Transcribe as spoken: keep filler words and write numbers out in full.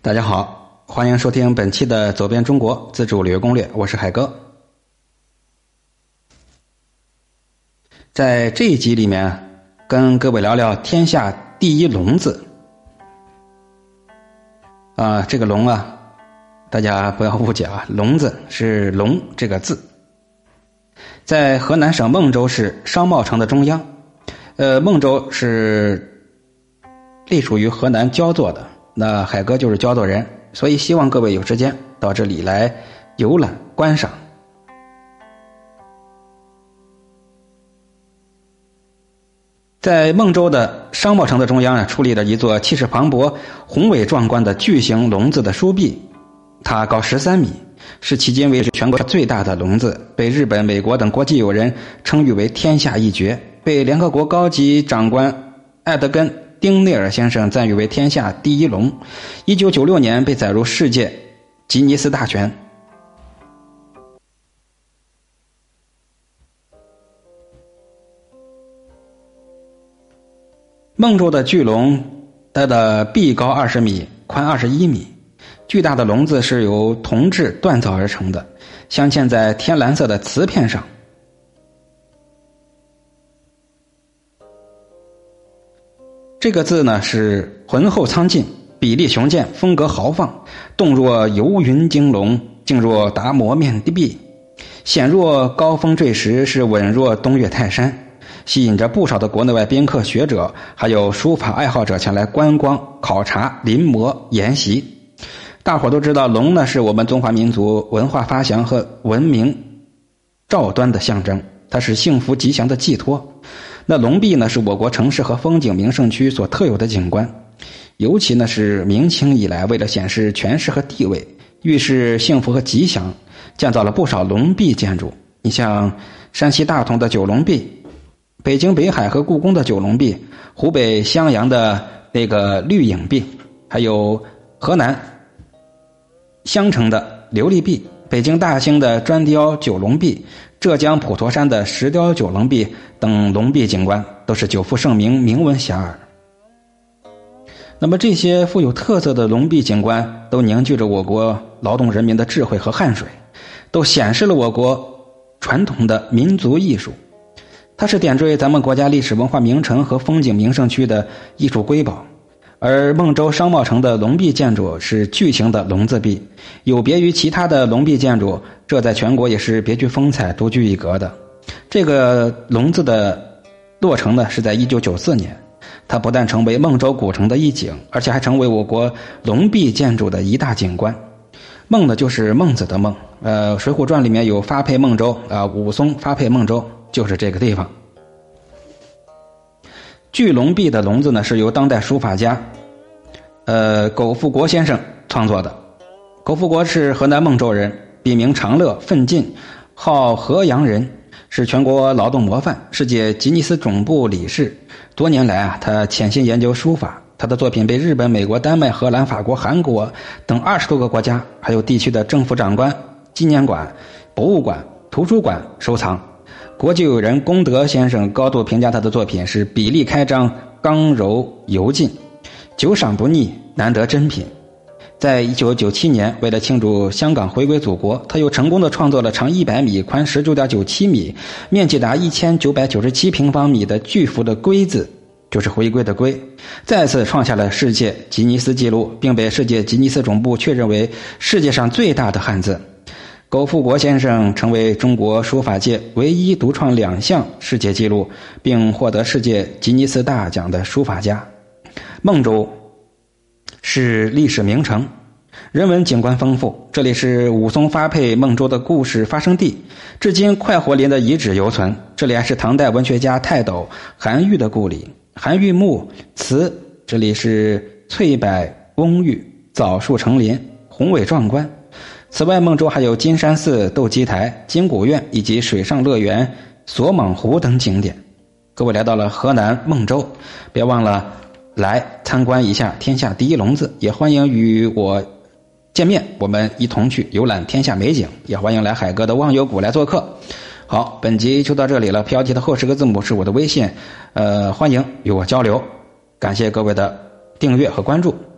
大家好，欢迎收听本期的走遍中国自助旅游攻略，我是海哥。在这一集里面跟各位聊聊天下第一龙字啊，这个龙啊大家不要误解啊，龙字是龙这个字，在河南省孟州市商贸城的中央。呃，孟州是隶属于河南焦作的，那海哥就是焦作人，所以希望各位有时间到这里来游览观赏。在孟州的商贸城的中央啊，矗立着一座气势磅礴、宏伟壮观的巨型龙字的书壁，它高十三米，是迄今为止全国最大的龙字，被日本、美国等国际友人称誉为天下一绝，被联合国高级长官艾德根·丁内尔先生赞誉为天下第一龙。一九九六年被载入世界吉尼斯大全。孟州的巨龙，它的壁高二十米，宽二十一米。巨大的龙字是由铜制锻造而成的，镶嵌在天蓝色的瓷片上。这个字呢是浑厚苍劲，比例雄健，风格豪放，动若游云惊龙，静若达摩面壁，险若高峰坠石，是稳若东岳泰山，吸引着不少的国内外宾客学者还有书法爱好者前来观光考察临摹研习。大伙都知道龙呢是我们中华民族文化发祥和文明兆端的象征，它是幸福吉祥的寄托。那龙壁呢是我国城市和风景名胜区所特有的景观，尤其呢是明清以来为了显示权势和地位，预示幸福和吉祥，建造了不少龙壁建筑。你像山西大同的九龙壁，北京北海和故宫的九龙壁，湖北襄阳的那个绿影壁，还有河南襄城的琉璃壁，北京大兴的砖雕九龙壁，浙江普陀山的石雕九龙壁等龙壁景观都是久负盛名，名闻遐迩。那么这些富有特色的龙壁景观都凝聚着我国劳动人民的智慧和汗水，都显示了我国传统的民族艺术。它是点缀咱们国家历史文化名城和风景名胜区的艺术瑰宝。而孟州商贸城的龙壁建筑是巨型的龙字壁，有别于其他的龙壁建筑，这在全国也是别具风采、独具一格的。这个龙字的落成呢是在一九九四年，它不但成为孟州古城的一景，而且还成为我国龙壁建筑的一大景观。孟呢就是孟子的孟，呃，《水浒传》里面有发配孟州啊、呃，武松发配孟州就是这个地方。巨龙壁的龙字呢是由当代书法家呃苟富国先生创作的。苟富国是河南孟州人，笔名长乐，奋进，号河阳人，是全国劳动模范，世界吉尼斯总部理事。多年来啊，他潜心研究书法，他的作品被日本、美国、丹麦、荷兰、法国、韩国等二十多个国家还有地区的政府长官、纪念馆、博物馆、图书馆收藏。国际友人龚德先生高度评价他的作品是笔力开张，刚柔尤劲，久赏不腻，难得珍品。在一九九七年，为了庆祝香港回归祖国，他又成功的创作了长一百米、宽 十九点九七米、面积达一千九百九十七平方米的巨幅的龟字，就是回归的归，再次创下了世界吉尼斯纪录，并被世界吉尼斯总部确认为世界上最大的汉字。苟富国先生成为中国书法界唯一独创两项世界纪录并获得世界吉尼斯大奖的书法家。孟州是历史名城，人文景观丰富，这里是武松发配孟州的故事发生地，至今快活林的遗址犹存。这里还是唐代文学家泰斗韩愈的故里，韩愈墓祠，这里是翠柏蓊郁，枣树成林，宏伟壮观。此外，孟州还有金山寺、斗鸡台、金谷苑以及水上乐园、索莽湖等景点。各位来到了河南孟州，别忘了来参观一下天下第一龙字，也欢迎与我见面，我们一同去游览天下美景，也欢迎来海哥的忘忧谷来做客。好，本集就到这里了，标题的后十个字母是我的微信，呃，欢迎与我交流。感谢各位的订阅和关注。